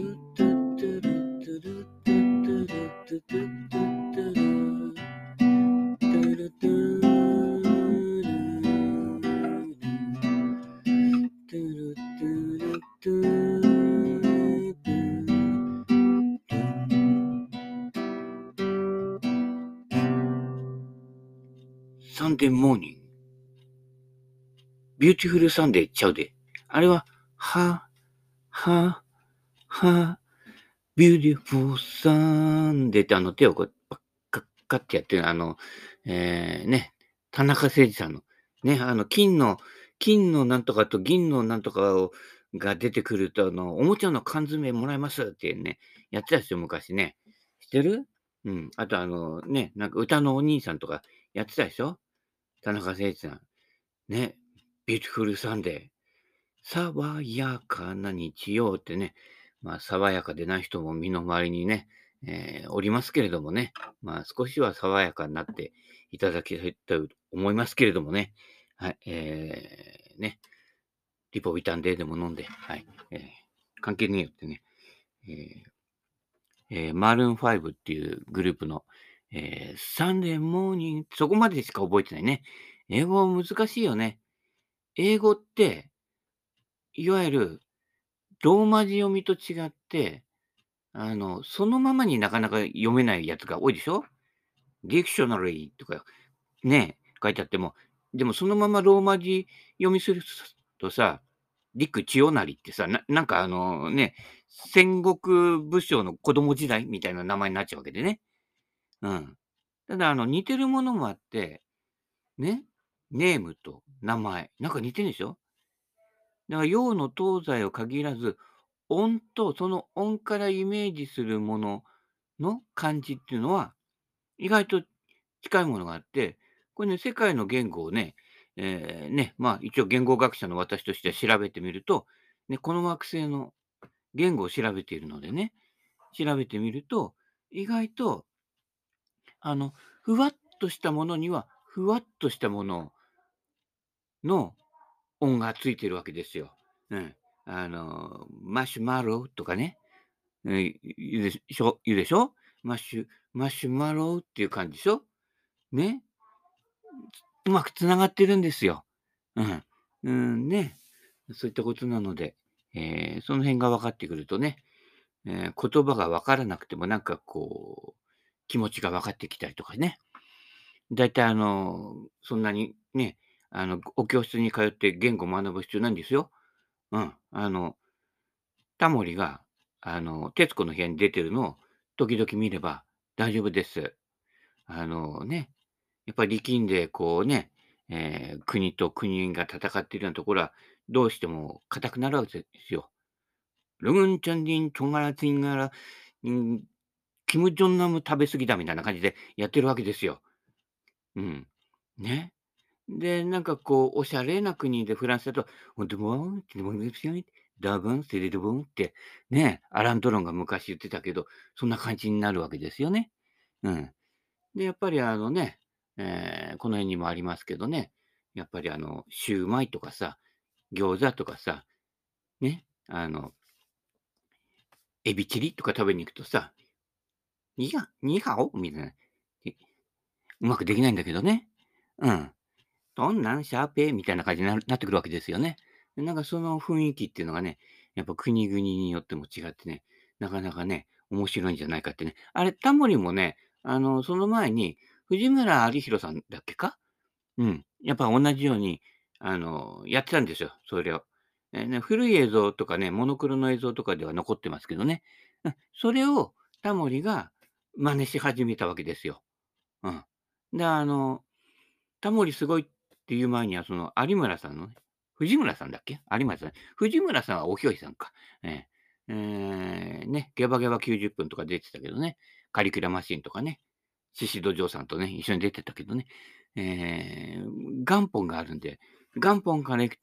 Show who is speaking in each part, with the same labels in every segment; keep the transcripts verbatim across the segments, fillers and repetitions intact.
Speaker 1: サンデーモーニング。ビューティフルサンデーちゃうで。あれは、は、は、は、ビューティフルサンデーってあの手をこう、パッカッカってやってる、あの、えー、ね、田中誠二さんの、ね、あの、金の、金のなんとかと銀のなんとかをが出てくると、あの、おもちゃの缶詰もらえますってね、やってたですよ、昔ね。知ってる？うん。あとあの、ね、なんか歌のお兄さんとかやってたでしょ？田中誠一さん。ね、ビューティフルサンデー。爽やかな日曜ってね、まあ、爽やかでない人も身の回りにね、えーおりますけれどもね、まあ、少しは爽やかになっていただきたいと思いますけれどもね、はい、えーね、リポビタンデーでも飲んで、はい、えー関係ねえよってね、えーえーマルーンファイブっていうグループの、えーサンデーモーニング、そこまでしか覚えてないね。英語難しいよね。英語って、いわゆるローマ字読みと違って、あの、そのままになかなか読めないやつが多いでしょ？ディクショナリーとかね、書いてあっても、でもそのままローマ字読みするとさ、ディック・チオナリってさ、ななんかあのね、戦国武将の子供時代みたいな名前になっちゃうわけでね。うん。ただあの似てるものもあって、ね、ネームと名前、なんか似てるでしょ？だから洋の東西を限らず、音とその音からイメージするものの漢字っていうのは、意外と近いものがあって、これね、世界の言語をね、えーね、まあ一応言語学者の私としては調べてみると、ね、この惑星の言語を調べているのでね、調べてみると、意外と、あの、ふわっとしたものには、ふわっとしたものの音がついてるわけですよ。うん。あの、マシュマロとかね、うん、言うでしょ言うでしょ？マッシュマシュマロっていう感じでしょ？ね、うまくつながってるんですよ。うん。うん、ね。そういったことなので、えーその辺が分かってくるとね、えー言葉が分からなくてもなんかこう、気持ちが分かってきたりとかね。だいたいあの、そんなにね、あの、お教室に通って言語を学ぶ必要ないんですよ。うん。あの、タモリが、あの、徹子の部屋に出てるのを時々見れば大丈夫です。あのね、やっぱり力んでこうね、えー国と国が戦っているようなところは、どうしても硬くなるわけですよ。ルグンチャンディントンガラティンガラ、ん、キム・ジョンナム食べ過ぎだみたいな感じでやってるわけですよ。うん。ね。で、なんかこう、おしゃれな国でフランスだと、ほんともう、でもですよね、ダブン、セレドブンって、ね、アラン・ドロンが昔言ってたけど、そんな感じになるわけですよね。うん。で、やっぱりあのね、えーこの辺にもありますけどね、やっぱりあの、シューマイとかさ、餃子とかさ、ね、あの、エビチリとか食べに行くとさ、ニハニハオみたいな、えうまくできないんだけどね。うん。どんなんシャーペーみたいな感じになるなってくるわけですよね。でなんかその雰囲気っていうのがね、やっぱ国々によっても違ってね、なかなかね、面白いんじゃないかってね。あれ、タモリもね、あの、その前に、藤村有弘さんだっけか？うん。やっぱ同じように、あの、やってたんですよ、それを。え、ね、古い映像とかね、モノクロの映像とかでは残ってますけどね。うん、それをタモリが真似し始めたわけですよ。うん。で、あの、タモリすごいっていう前には、その有村さんのね、藤村さんだっけ？有村さん。藤村さんはおひょいさんか。ええ。ええ、ね、ゲバゲバきゅうじゅっぷんとか出てたけどね。カリキュラマシーンとかね。シシド・ジョーさんとね、一緒に出てたけどね。ええ、元本があるんで、元本からいくと、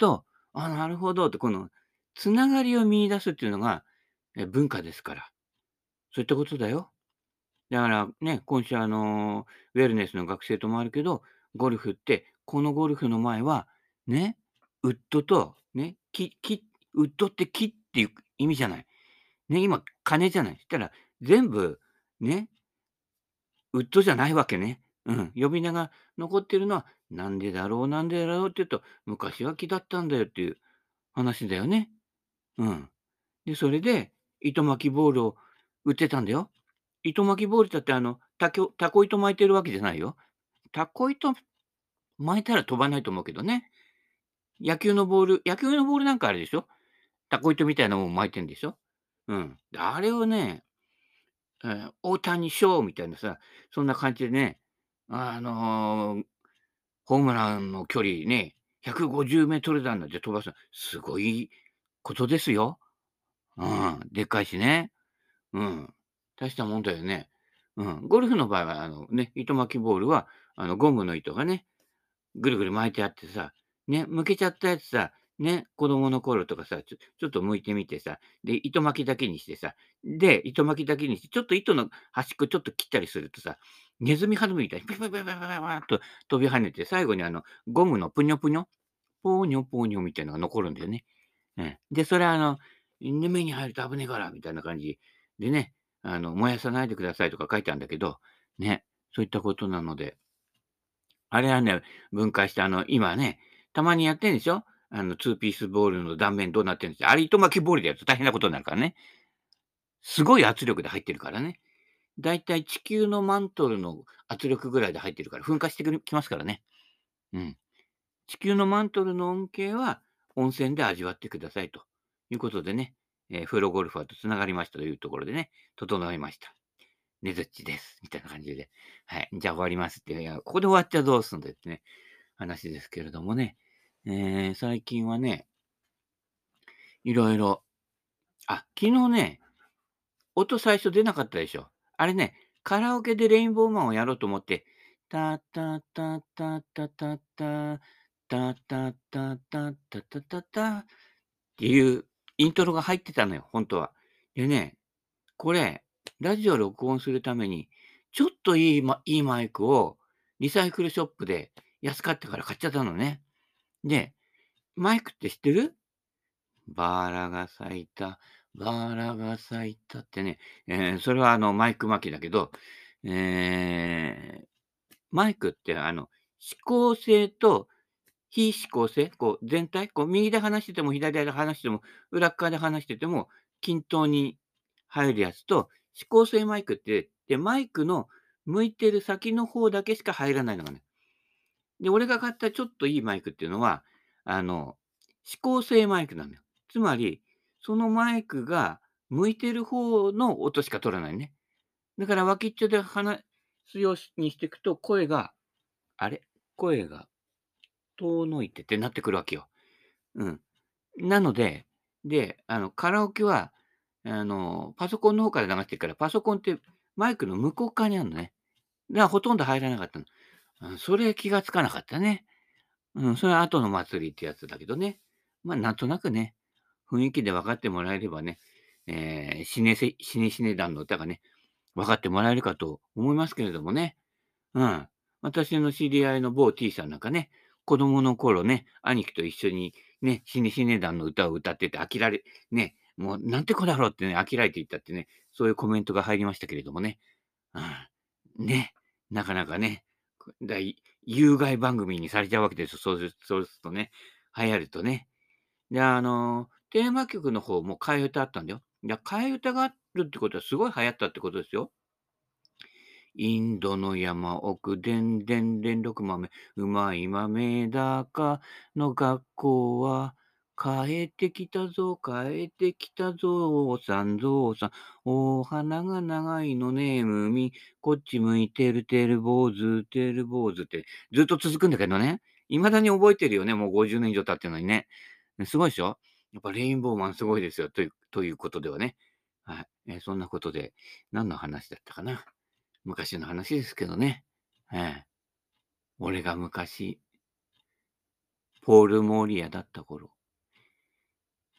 Speaker 1: あ、なるほどって、このつながりを見出すっていうのが、え、文化ですから。そういったことだよ。だからね、今週あの、ウェルネスの学生ともあるけど、ゴルフって、このゴルフの前は、ね、ウッドと、ね、木木ウッドって木っていう意味じゃない。ね、今、金じゃない。したら、全部、ね、ウッドじゃないわけね。うん。呼び名が残ってるのは、なんでだろうなんでだろうって言うと、昔は木だったんだよっていう話だよね。うん。で、それで、糸巻きボールを売ってたんだよ。糸巻きボールだってあの、たきょタコ糸巻いてるわけじゃないよ。タコ糸巻いたら飛ばないと思うけどね。野球のボール野球のボールなんかあれでしょ、タコ糸みたいなもん巻いてんでしょ。うん。で、あれをね、ええ、大谷翔みたいなさ、そんな感じでね、あの、ホームランの距離ね、ひゃくごじゅうメートル弾なんて飛ばす、すごいことですよ。うん、でっかいしね。うん。大したもんだよね。うん。ゴルフの場合は、あのね、糸巻きボールは、あの、ゴムの糸がね、ぐるぐる巻いてあってさ、ね、剥けちゃったやつさ、ね、子供の頃とかさ、ちょちょっと剥いてみてさ、で、糸巻きだけにしてさ、で、糸巻きだけにして、ちょっと糸の端っこちょっと切ったりするとさ、ネズミハズみたいにピピピピピピピーっと飛び跳ねて、最後にあの、ゴムのぷにょぷにょ、ぽーにょぽーにょみたいなのが残るんだよね。うん。で、それはあの、ね目に入ると危ねえからみたいな感じでね、あの、燃やさないでくださいとか書いてあるんだけど、ね、そういったことなので、あれはね、分解して、あの、今ね、たまにやってんでしょ？あの、ツーピースボールの断面どうなってるんですよ。あれ糸巻きボールでやると大変なことになるからね。すごい圧力で入ってるからね。だいたい地球のマントルの圧力ぐらいで入ってるから、噴火してくるきますからね。うん。地球のマントルの恩恵は温泉で味わってくださいということでね、えープロゴルファーとつながりましたというところでね、整いました。ねずっちです。みたいな感じで。はい。じゃあ終わりますって。いや、ここで終わっちゃどうすんだよってね、話ですけれどもね。えー、最近はね、いろいろ、あ、昨日ね、音最初出なかったでしょ。あれね、カラオケでレインボーマンをやろうと思って、タタタタタタタ、タタタタタタタタっていうイントロが入ってたのよ、ほんとは。でね、これ、ラジオ録音するために、ちょっといいマいいマイクをリサイクルショップで安かったから買っちゃったのね。で、マイクって知ってる？バラが咲いた、バラが咲いたってね、ええ、それはあのマイク巻きだけど、ええ、マイクってあの、指向性と非指向性、こう全体、こう右で話してても左で話しても、裏っ側で話してても均等に入るやつと、指向性マイクって、で、マイクの向いてる先の方だけしか入らないのがね。で、俺が買ったちょっといいマイクっていうのは、あの、指向性マイクなんだよ。つまり、そのマイクが向いてる方の音しか取らないね。だから脇っちょで話すようにしていくと、声が、あれ声が遠のいてってなってくるわけよ。うん。なので、で、あの、カラオケは、あの、パソコンの方から流してるから、パソコンってマイクの向こう側にあるのね。だからほとんど入らなかったの。うん、それ気がつかなかったね。うん、それは後の祭りってやつだけどね。ま、なんとなくね、雰囲気で分かってもらえればね、ええ、シネセシネシネ団の歌がね、分かってもらえるかと思いますけれどもね。うん。私の知り合いの某 T さんなんかね、子供の頃ね、兄貴と一緒にね、シネシネ団の歌を歌ってて飽きられね、もうなんて子だろうってね、飽きられていったってね、そういうコメントが入りましたけれどもね。うん。ね、なかなかね、こだい有害番組にされちゃうわけですよ。そうするそうするとね、流行るとね。で、あの、テーマ曲の方も替え歌あったんだよ。いや、替え歌があるってことはすごい流行ったってことですよ。インドの山奥でんでんでんろく豆、うまい豆だかの学校は、帰ってきたぞ、帰ってきたぞうさん、ぞうさん。お花が長いのね、海。こっち向いてるてる坊主、てる坊主って、ずっと続くんだけどね。未だに覚えてるよね、もうごじゅうねん以上経ってるのにね。すごいでしょ？やっぱレインボーマンすごいですよ、というということではね。はい。え、そんなことで、何の話だったかな。昔の話ですけどね。ええ。俺が昔、ポール・モーリアだった頃。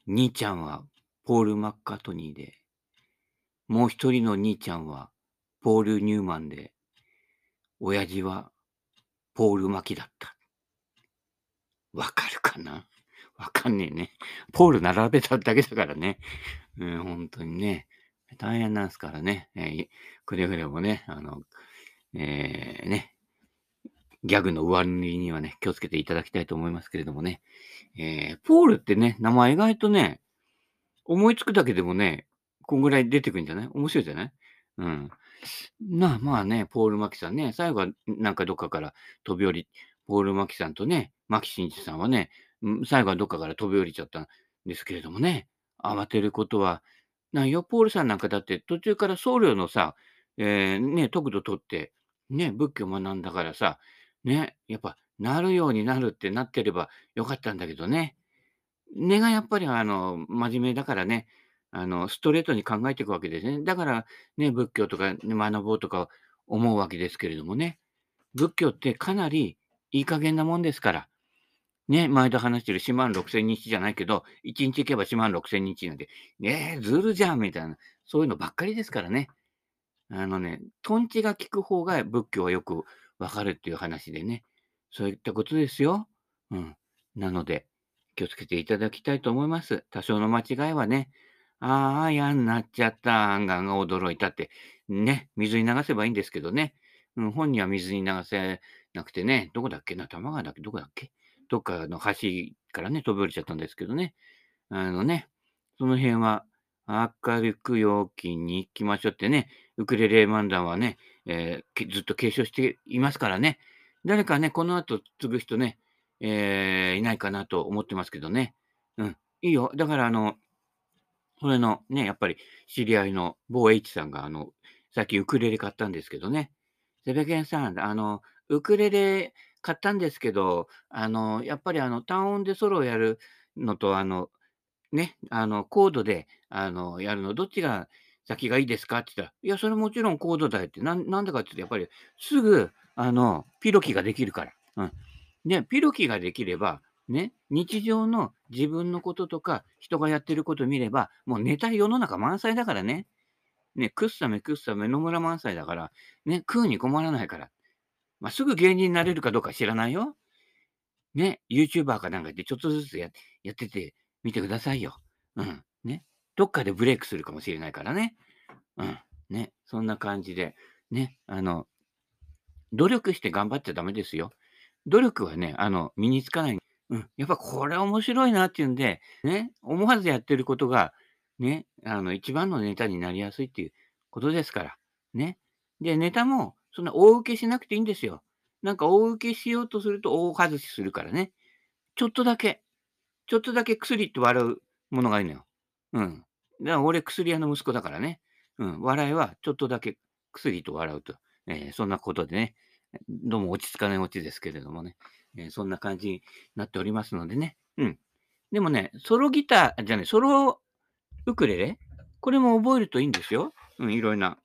Speaker 1: 兄ちゃんはポール・マッカートニーで、もう一人の兄ちゃんはポール・ニューマンで、親父はポール・マキだった。わかるかな？わかんねえね。ポール並べただけだからね。うん、ほんとにね。大変なんすからね。ええ、くれぐれもね、あの、ええ、ね、ギャグの上塗りにはね、気をつけていただきたいと思いますけれどもね。ええ、ポールってね、名前意外とね、思いつくだけでもね、こんぐらい出てくんじゃない？面白いじゃない？うん。なあ、まあね、ポール・マキさんね、最後は、ん、なんかどっかから飛び降りポール・マキさんとね、牧伸一さんはね、ん、最後はどっかから飛び降りちゃったんですけれどもね、慌てることはないよ。ポールさんなんかだって途中から僧侶のさ、ええ、ね、得度取って、ね、仏教学んだからさ、ね、やっぱなるようになるってなってればよかったんだけどね。根がやっぱりあの、真面目だからね、あの、ストレートに考えていくわけですね。だからね、仏教とかね、学ぼうとか思うわけですけれどもね。仏教ってかなりいい加減なもんですから。ね、毎度話してる四万六千日じゃないけど、いちにち行けば四万六千日なんて、ええ、ずるじゃんみたいな、そういうのばっかりですからね。あのね、とんちが効く方が仏教はよくわかるっていう話でね、そういったことですよ。うん。なので、気をつけていただきたいと思います。多少の間違いはね、ああ、嫌んなっちゃった、あんがんが驚いたって、ね、水に流せばいいんですけどね。うん、本人は水に流せなくてね、どこだっけな、多摩川だっけ、どこだっけ、どっかの橋からね、飛び降りちゃったんですけどね。あのね、その辺は明るく陽気に行きましょうってね、ウクレレ漫談はね、ええ、けずっと継承していますからね。誰かね、この後継ぐ人ね、ええ、いないかなと思ってますけどね。うん、いいよ。だからあの、それのね、やっぱり知り合いの某 H さんがあの、最近ウクレレ買ったんですけどね。セベケンさん、あの、ウクレレ買ったんですけど、あの、やっぱりあの、単音でソロをやるのと、あの、ね、あの、コードで、あの、やるのどっちが先がいいですかって言ったら、いや、それもちろんコードだよって、なんなんでかって言うと、やっぱりすぐ、あの、ピロキができるから。うん。で、ピロキができれば、ね、日常の自分のこととか、人がやってること見れば、もうネタ世の中満載だからね。ね、食っさめ食っさめ野村萬斎だから、ね、食うに困らないから。まあ、すぐ芸人になれるかどうか知らないよ。ね、ユーチューバーかなんかでちょっとずつややっててみてくださいよ。うん、ね。どっかでブレイクするかもしれないからね。うん、ね、そんな感じで、ね、あの、努力して頑張っちゃダメですよ。努力はね、あの、身につかない。うん、やっぱこれ面白いなっていうんで、ね、思わずやってることが、ね、あの、一番のネタになりやすいっていうことですから。ね。で、ネタもそんな大受けしなくていいんですよ。なんか大受けしようとすると大外しするからね。ちょっとだけ、ちょっとだけ薬って笑うものがいいのよ。うん。だから俺薬屋の息子だからね。うん、笑いはちょっとだけ薬と笑うと。ええ、そんなことでね、どうも落ち着かないオチですけれどもね、ええ、そんな感じになっておりますのでね。うん。でもね、ソロギターじゃない、ソロウクレレ、これも覚えるといいんですよ。うん、いろいな。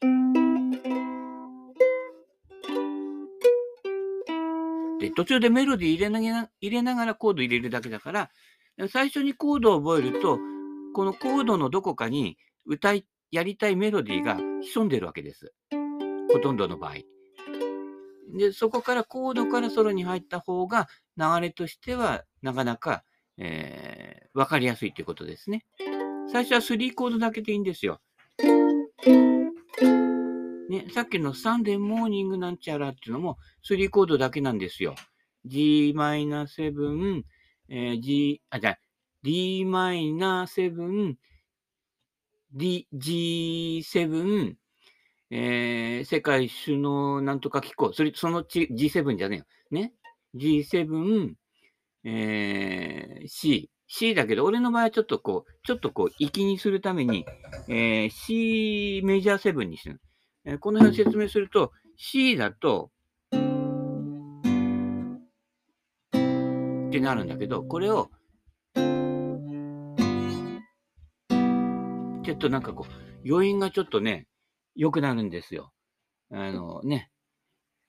Speaker 1: で、途中でメロディー入れなげな入れながらコード入れるだけだから、最初にコードを覚えると、このコードのどこかに歌いやりたいメロディーが潜んでるわけです。ほとんどの場合。で、そこからコードからソロに入った方が、流れとしてはなかなか、ええ、分かりやすいということですね。最初はスリーコードだけでいいんですよ。ね、さっきのサンデーモーニングなんちゃらっていうのもスリーコードだけなんですよ。ジーマイナーセブン、えー、G、あ、じゃあ、D マイナーセブン、D、ジーセブン、えー、世界首脳なんとか機構、それ、そのち ジーセブン じゃねえよ。ね。ジーセブン、えー、C。C だけど、俺の場合はちょっとこう、ちょっとこう、粋にするために、えー、C メジャーセブンにしてる。えーこの辺を説明すると、C だと、ってなるんだけど、これを、ちょっとなんかこう、余韻がちょっとね、良くなるんですよ。あのね、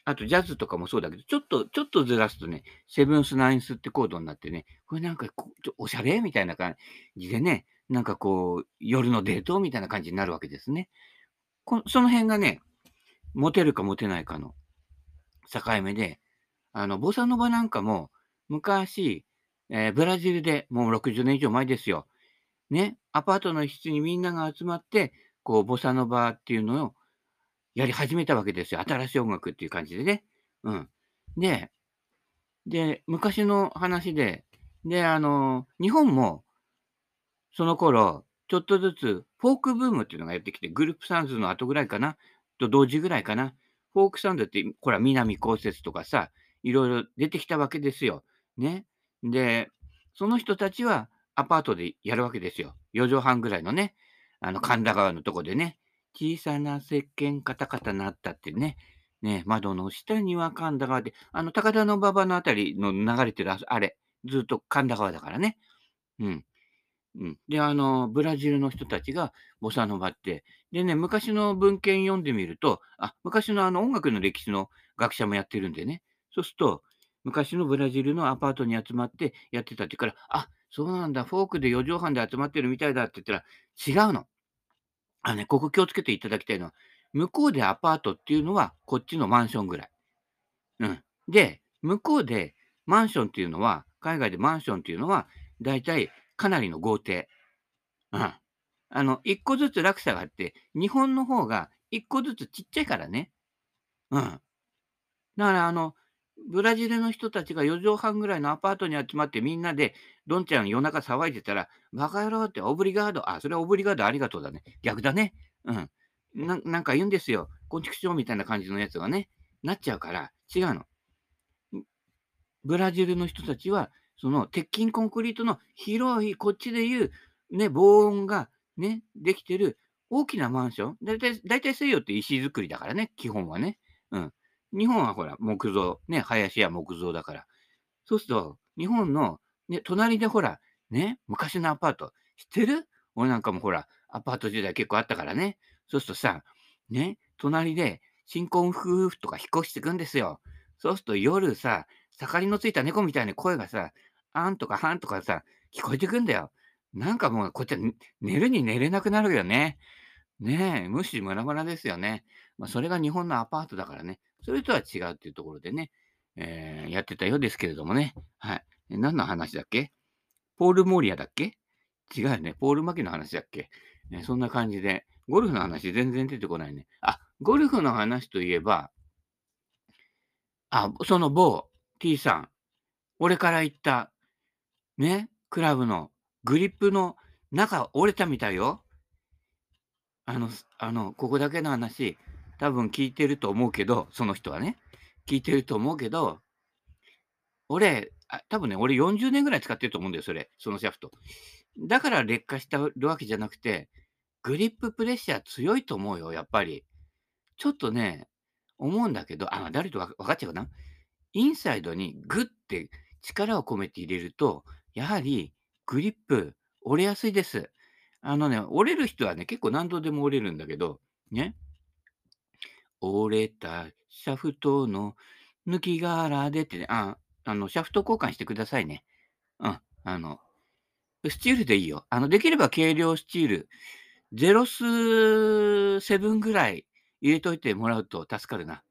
Speaker 1: あとジャズとかもそうだけど、ちょっとちょっとずらすとね、セブンス、ナインスってコードになってね、これなんかこう、ちょおしゃれみたいな感じでね、なんかこう、夜のデートみたいな感じになるわけですね。こその辺がね、モテるかモテないかの境目で、あの、ボサノバなんかも、昔、えーブラジルで、もうろくじゅうねん以上前ですよ。ね、アパートの一室にみんなが集まって、こう、ボサノバっていうのをやり始めたわけですよ。新しい音楽っていう感じでね。うん。で、で、昔の話で、で、あの、日本もその頃、ちょっとずつフォークブームっていうのがやってきて、グループサウンズの後ぐらいかな、と同時ぐらいかな。フォークサウンドって、ほら、南こうせつとかさ、いろいろ出てきたわけですよ。ね。で、その人たちはアパートでやるわけですよ。よじはんぐらいのね、あの神田川のとこでね、小さな石鹸カタカタ鳴ったってね、ね、窓の下には神田川で、あの高田馬場のあたりの流れてるああれ、ずっと神田川だからね。うん。うん。で、あの、ブラジルの人たちがボサノバって、でね、昔の文献読んでみると、あ、昔のあの音楽の歴史の学者もやってるんでね、そうすると、昔のブラジルのアパートに集まってやってたって言うから、あ、そうなんだ、フォークでよじはんで集まってるみたいだって言ったら、違うの。あのね、ここ気をつけていただきたいのは、向こうでアパートっていうのは、こっちのマンションぐらい。うん。で、向こうでマンションっていうのは、海外でマンションっていうのは、だいたいかなりの豪邸。うん。あの、いっこずつ落差があって、日本の方がいっこずつちっちゃいからね。うん。だからあの、ブラジルの人たちがよじはんぐらいのアパートに集まってみんなで、どんちゃん夜中騒いでたら、バカ野郎ってオブリガード、あ、それはオブリガードありがとうだね。逆だね。うん。ななんか言うんですよ。こんちくしょうみたいな感じのやつがね、なっちゃうから、違うの。ブラジルの人たちは、その鉄筋コンクリートの広い、こっちでいう、ね、防音がね、できてる大きなマンション、だいたいだいたい西洋って石造りだからね、基本はね。うん。日本はほら、木造、ね、林や木造だから。そうすると、日本の、ね、隣でほら、ね、昔のアパート、知ってる？俺なんかもほら、アパート時代結構あったからね。そうするとさ、ね、隣で新婚夫婦とか引っ越してくんですよ。そうすると夜さ、盛りのついた猫みたいな声がさ、あんとかはんとかさ、聞こえてくんだよ。なんかもうこっちは、ん寝るに寝れなくなるよね。ねえ、無視ムラムラですよね。まあ、それが日本のアパートだからね、それとは違うっていうところでね、えーやってたようですけれどもね。はい。え、何の話だっけ？ポール・モーリアだっけ？違うよね。ポール・マキの話だっけ？ね、そんな感じで、ゴルフの話全然出てこないね。あ、ゴルフの話といえば、あ、その某 T さん、俺から言った、ね、クラブのグリップの中折れたみたいよ。あの、すあの、ここだけの話、多分聞いてると思うけど、その人はね、聞いてると思うけど、俺、あ、多分ね、俺よんじゅうねんぐらい使ってると思うんだよ、それ、そのシャフト。だから劣化してるわけじゃなくて、グリッププレッシャー強いと思うよ、やっぱり。ちょっとね、思うんだけど、あ、誰とわ分かっちゃうかな。インサイドにグッて力を込めて入れると、やはりグリップ折れやすいです。あのね、折れる人はね、結構何度でも折れるんだけど、ね、折れたシャフトの抜き殻でってね、あ、あの、シャフト交換してくださいね。うん、あの、スチールでいいよ。あの、できれば軽量スチール、ゼロスセブンぐらい入れといてもらうと助かるな。って、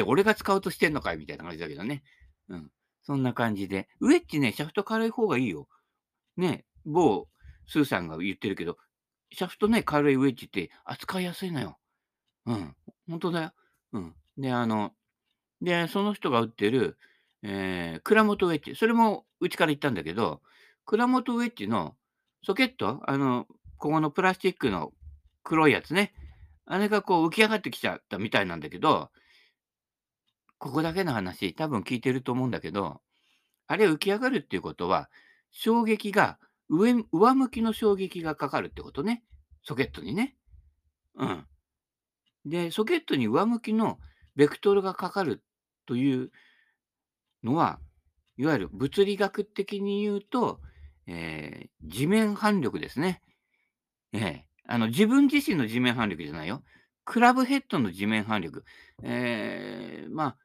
Speaker 1: 俺が使おうとしてんのかいみたいな感じだけどね。うん。そんな感じで。ウエッジね、シャフト軽い方がいいよ。ね、某スーさんが言ってるけど、シャフトね、軽いウエッジって扱いやすいのよ。うん。ほんとだよ。うん。で、あの、で、その人が打ってる、えー、蔵元ウェッジ、それもうちから言ったんだけど、蔵元ウェッジのソケット、あの、ここのプラスチックの黒いやつね、あれがこう浮き上がってきちゃったみたいなんだけど、ここだけの話、多分聞いてると思うんだけど、あれ浮き上がるっていうことは、衝撃が、上上向きの衝撃がかかるってことね。ソケットにね。うん。で、ソケットに上向きのベクトルがかかるというのは、いわゆる物理学的に言うと、えー地面反力ですね。ええ。あの、自分自身の地面反力じゃないよ。クラブヘッドの地面反力。ええ、まあ、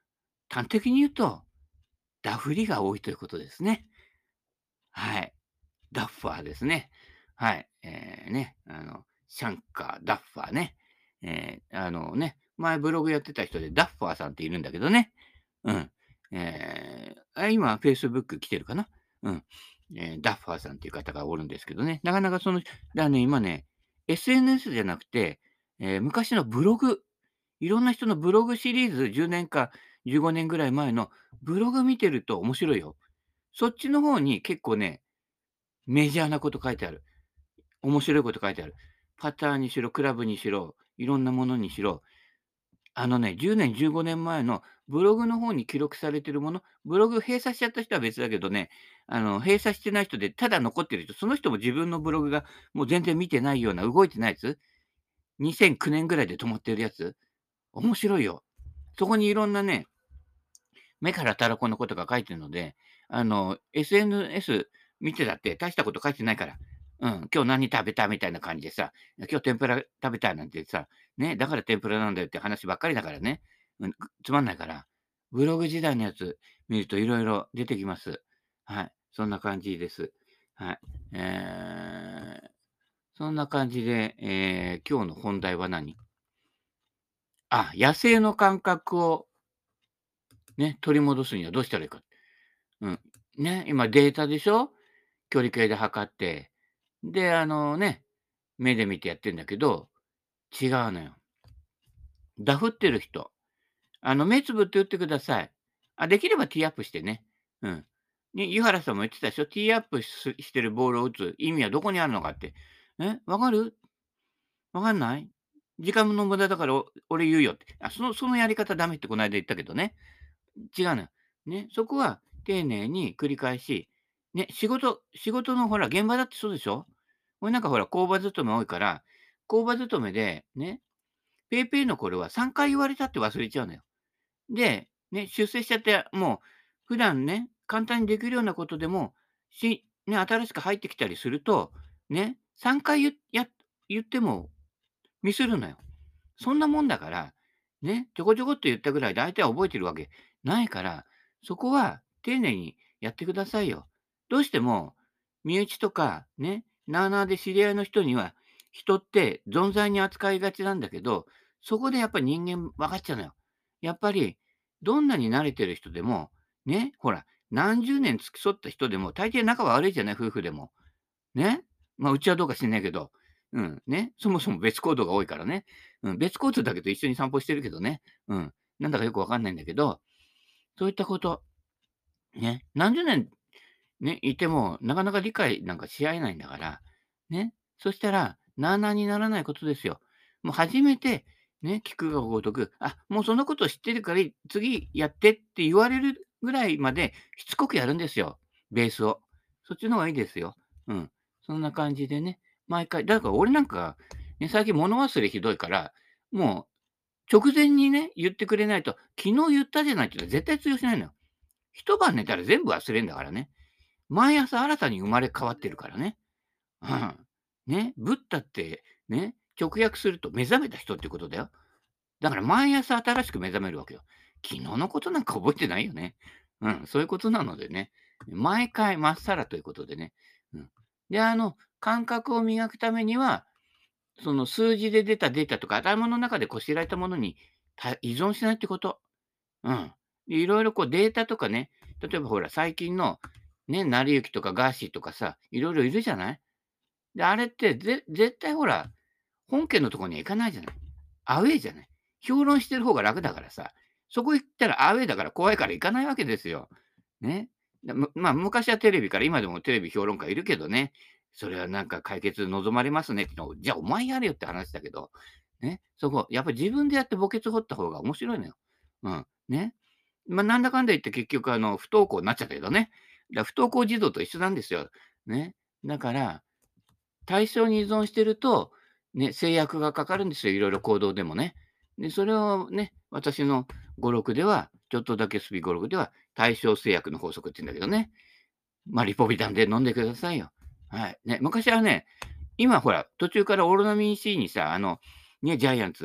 Speaker 1: 端的に言うと、ダフりが多いということですね。はい。ダッファーですね。はい。えーね、あの、シャンカー、ダッファーね。えーあのね、前ブログやってた人でダッファーさんっているんだけどね。うん。えーあ、今、Facebook 来てるかな。うん。えーダッファーさんっていう方がおるんですけどね。なかなかその、だからね、今ね、エスエヌエス じゃなくて、えー昔のブログ、いろんな人のブログシリーズ、じゅうねんかじゅうごねんぐらい前のブログ見てると面白いよ。そっちの方に結構ね、メジャーなこと書いてある。面白いこと書いてある。パターにしろ、クラブにしろ、いろんなものにしろ、あのね、じゅうねん、じゅうごねんまえのブログの方に記録されてるもの、ブログ閉鎖しちゃった人は別だけどね、あの、閉鎖してない人で、ただ残ってる人、その人も自分のブログがもう全然見てないような、動いてないやつ、にせんきゅうねんぐらいで止まってるやつ、面白いよ。そこにいろんなね、目からたらこのことが書いてるので、あの、エスエヌエス 見てたって大したこと書いてないから。うん、今日何食べたみたいな感じでさ、今日天ぷら食べたなんてさ、ね、だから天ぷらなんだよって話ばっかりだからね。うん、くつまんないから。ブログ時代のやつ見るといろいろ出てきます。はい。そんな感じです。はい。えー、そんな感じで、えー、今日の本題は何？あ、野生の感覚をね、取り戻すにはどうしたらいいか。うん。ね、今データでしょ？距離計で測って、で、あのね、目で見てやってんだけど、違うのよ。ダフってる人、あの、目つぶって打ってください。あ、できればティーアップしてね。うん。ね、湯原さんも言ってたでしょ？ティーアップししてるボールを打つ意味はどこにあるのかって。え、分かる？分かんない？時間の無駄だから、お俺言うよって。あ、そのそのやり方ダメってこないだ言ったけどね。違うのよ。ね、そこは丁寧に繰り返し、ね、仕事仕事のほら、現場だってそうでしょ？俺なんかほら、工場勤め多いから、工場勤めで、ね、ペイペイの頃はさんかい言われたって忘れちゃうのよ。で、ね、出世しちゃって、もう普段ね、簡単にできるようなことでも、しね、新しく入ってきたりすると、ね、さんかい言や言ってもミスるのよ。そんなもんだから、ね、ちょこちょこっと言ったぐらいで相手は覚えてるわけないから、そこは丁寧にやってくださいよ。どうしても、身内とか、ね、なあなあで知り合いの人には、人って存在に扱いがちなんだけど、そこでやっぱり人間分かっちゃうのよ。やっぱり、どんなに慣れてる人でも、ね、ほら、何十年付き添った人でも、大抵仲は悪いじゃない、夫婦でも。ね。まあ、うちはどうか知んないけど、うん、ね。そもそも別行動が多いからね。うん、別行動だけど一緒に散歩してるけどね。うん。なんだかよくわかんないんだけど、そういったこと、ね。何十年ね、いても、なかなか理解なんかし合えないんだから、ね。そしたら、なあなあにならないことですよ。もう初めて、ね、聞くがごとく、あ、もうそのこと知ってるから、次やってって言われるぐらいまでしつこくやるんですよ、ベースを。そっちの方がいいですよ。うん。そんな感じでね、毎回、だから俺なんか、ね、最近物忘れひどいから、もう直前にね、言ってくれないと、昨日言ったじゃないっていうのは絶対通用しないのよ。一晩寝たら全部忘れんだからね。毎朝新たに生まれ変わってるからね。うん。ね、ブッダって、ね、直訳すると目覚めた人ってことだよ。だから毎朝新しく目覚めるわけよ。昨日のことなんか覚えてないよね。うん、そういうことなのでね。毎回まっさらということでね。うん。で、あの、感覚を磨くためには、その数字で出たデータとか頭の中でこしらえたものにた依存しないってこと。うん。で、いろいろこうデータとかね、例えばほら、最近のね、成り行きとかガーシーとかさ、いろいろいるじゃない。で、あれってぜ絶対ほら、本家のとこには行かないじゃない。アウェイじゃない。評論してる方が楽だからさ、そこ行ったらアウェイだから怖いから行かないわけですよ。ね。でむまあ、昔はテレビから、今でもテレビ評論家いるけどね、それはなんか解決望まれますねってのを、じゃあお前やれよって話だけど、ね、そこ、やっぱり自分でやって墓穴掘った方が面白いのよ。うん。ね。まあ、なんだかんだ言って結局あの、不登校になっちゃったけどね。だ不登校児童と一緒なんですよ。ね。だから、対象に依存してると、ね、制約がかかるんですよ、いろいろ行動でもね。で、それをね、私の語録では、ちょっとだけスピ語録では、対象制約の法則って言うんだけどね。まあ、リポビタンで飲んでくださいよ。はい。ね、昔はね、今ほら、途中からオロナミン C にさ、あの、ね、ジャイアンツはほら、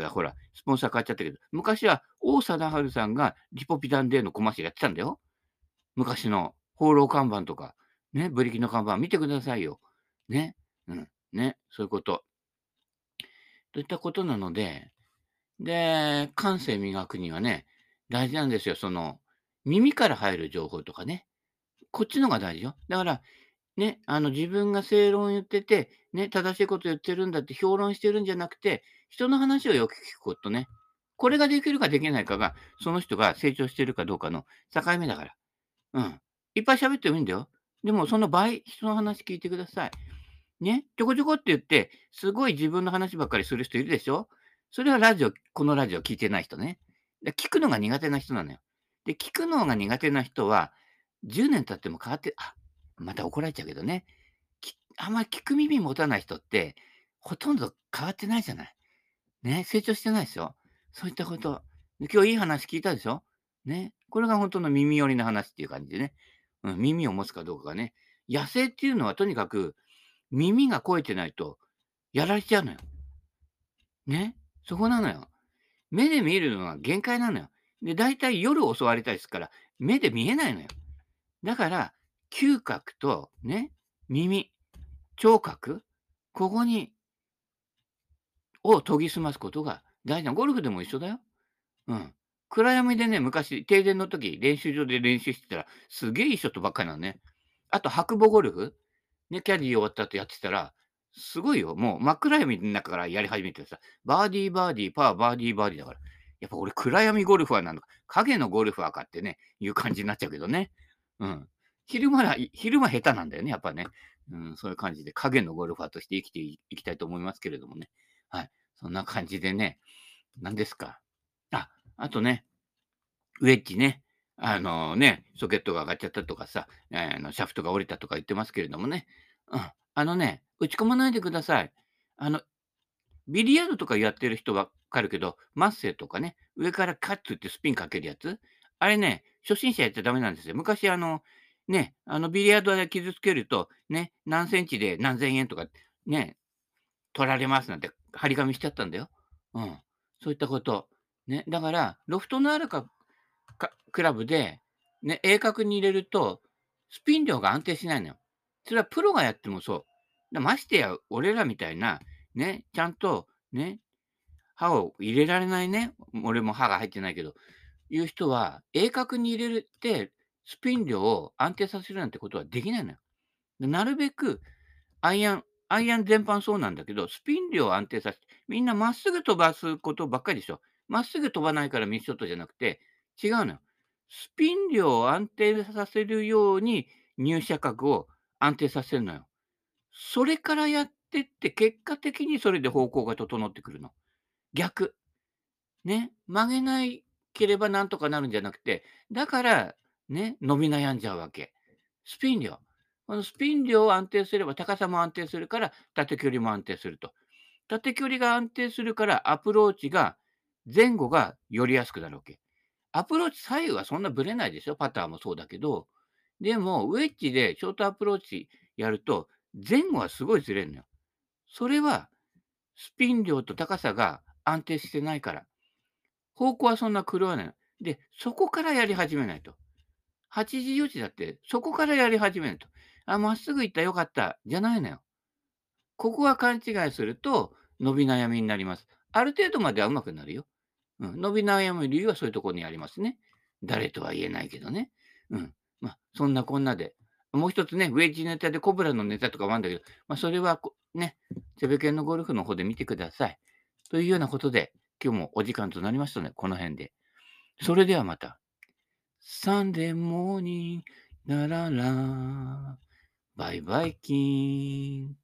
Speaker 1: スポンサー変わっちゃったけど、昔は王貞治さんがリポビタン D のコマーシャルやってたんだよ。昔の放浪看板とか、ね、ブリキの看板見てくださいよ。ね。うん。ね。そういうこと。といったことなので、で、感性磨くにはね、大事なんですよ。その、耳から入る情報とかね。こっちのが大事よ。だから、ね、あの、自分が正論言ってて、ね、正しいこと言ってるんだって評論してるんじゃなくて、人の話をよく聞くことね。これができるかできないかが、その人が成長してるかどうかの境目だから。うん。いっぱい喋ってもいいんだよ。でもその倍、人の話聞いてください。ね、ちょこちょこって言って、すごい自分の話ばっかりする人いるでしょ？それはラジオこのラジオ聞いてない人ね。で、聞くのが苦手な人なのよ。で、聞くのが苦手な人は、じゅうねん経っても変わってあ、また怒られちゃうけどね。きあんまり聞く耳持たない人って、ほとんど変わってないじゃない。ね、成長してないでしょ。そういったこと。で、今日いい話聞いたでしょ。ね。これが本当の耳寄りの話っていう感じでね。うん、耳を持つかどうかがね。野生っていうのはとにかく、耳が肥えてないとやられちゃうのよ。ね。そこなのよ。目で見るのは限界なのよ。で、大体夜襲われたりするから、目で見えないのよ。だから、嗅覚とね、耳、聴覚、ここにを研ぎ澄ますことが大事なゴルフでも一緒だよ。うん。暗闇でね、昔、停電の時、練習場で練習してたら、すげえいいショットばっかりなのね。あと、白母ゴルフ、ね、キャディー終わった後やってたら、すごいよ。もう真っ暗闇の中からやり始めてさ、バーディーバーディー、パー、バーディーバーディーだから。やっぱ俺、暗闇ゴルファーなのか、影のゴルファーかってね、いう感じになっちゃうけどね。うん。昼間ら昼間下手なんだよね、やっぱね。うん、そういう感じで影のゴルファーとして生きていいきたいと思いますけれどもね。はい。そんな感じでね、何ですか。あ、あとね、ウェッジね。あのね、ソケットが上がっちゃったとかさ、えーあのシャフトが折れたとか言ってますけれどもね。うん。あのね、打ち込まないでください。あの、ビリヤードとかやってる人わかるけど、マッセーとかね、上からカッツってスピンかけるやつ。あれね、初心者やっちゃダメなんですよ。昔あの、ね、あのビリヤードで傷つけると、ね、何センチで何千円とか、ね、取られますなんて張り紙しちゃったんだよ。うん。そういったこと。ね、だから、ロフトのあるかかクラブで、ね、鋭角に入れると、スピン量が安定しないのよ。それはプロがやってもそう。でましてや、俺らみたいな、ね、ちゃんと、ね、刃を入れられないね、俺も刃が入ってないけど、いう人は、鋭角に入れて、スピン量を安定させるなんてことはできないのよ。でなるべくアイアンアイアン全般そうなんだけど、スピン量を安定させて、みんなまっすぐ飛ばすことばっかりでしょ。まっすぐ飛ばないからミスショットじゃなくて、違うのよ。スピン量を安定させるように入射角を安定させるのよ。それからやってって、結果的にそれで方向が整ってくるの。逆。ね。曲げないければなんとかなるんじゃなくて、だから、ね、伸び悩んじゃうわけ。スピン量。このスピン量を安定すれば高さも安定するから、縦距離も安定すると。縦距離が安定するからアプローチが、前後が寄りやすくなるわけ。アプローチ左右はそんなぶれないでしょ、パターもそうだけど。でも、ウェッジでショートアプローチやると、前後はすごいずれるのよ。それは、スピン量と高さが安定してないから。方向はそんな狂わないの。で、そこからやり始めないと。はちじよじだって、そこからやり始めないと。あ、まっすぐ行った、よかった、じゃないのよ。ここは勘違いすると、伸び悩みになります。ある程度までは上手くなるよ。うん、伸び悩む理由はそういうところにありますね。誰とは言えないけどね。うん。まあ、そんなこんなで。もう一つね、ウェッジネタでコブラのネタとかもあるんだけど、まあ、それはこね、セベケンのゴルフの方で見てください。というようなことで、今日もお時間となりましたので、この辺で。それではまた。サンデーモーニング、ラララ、バイバイキーン。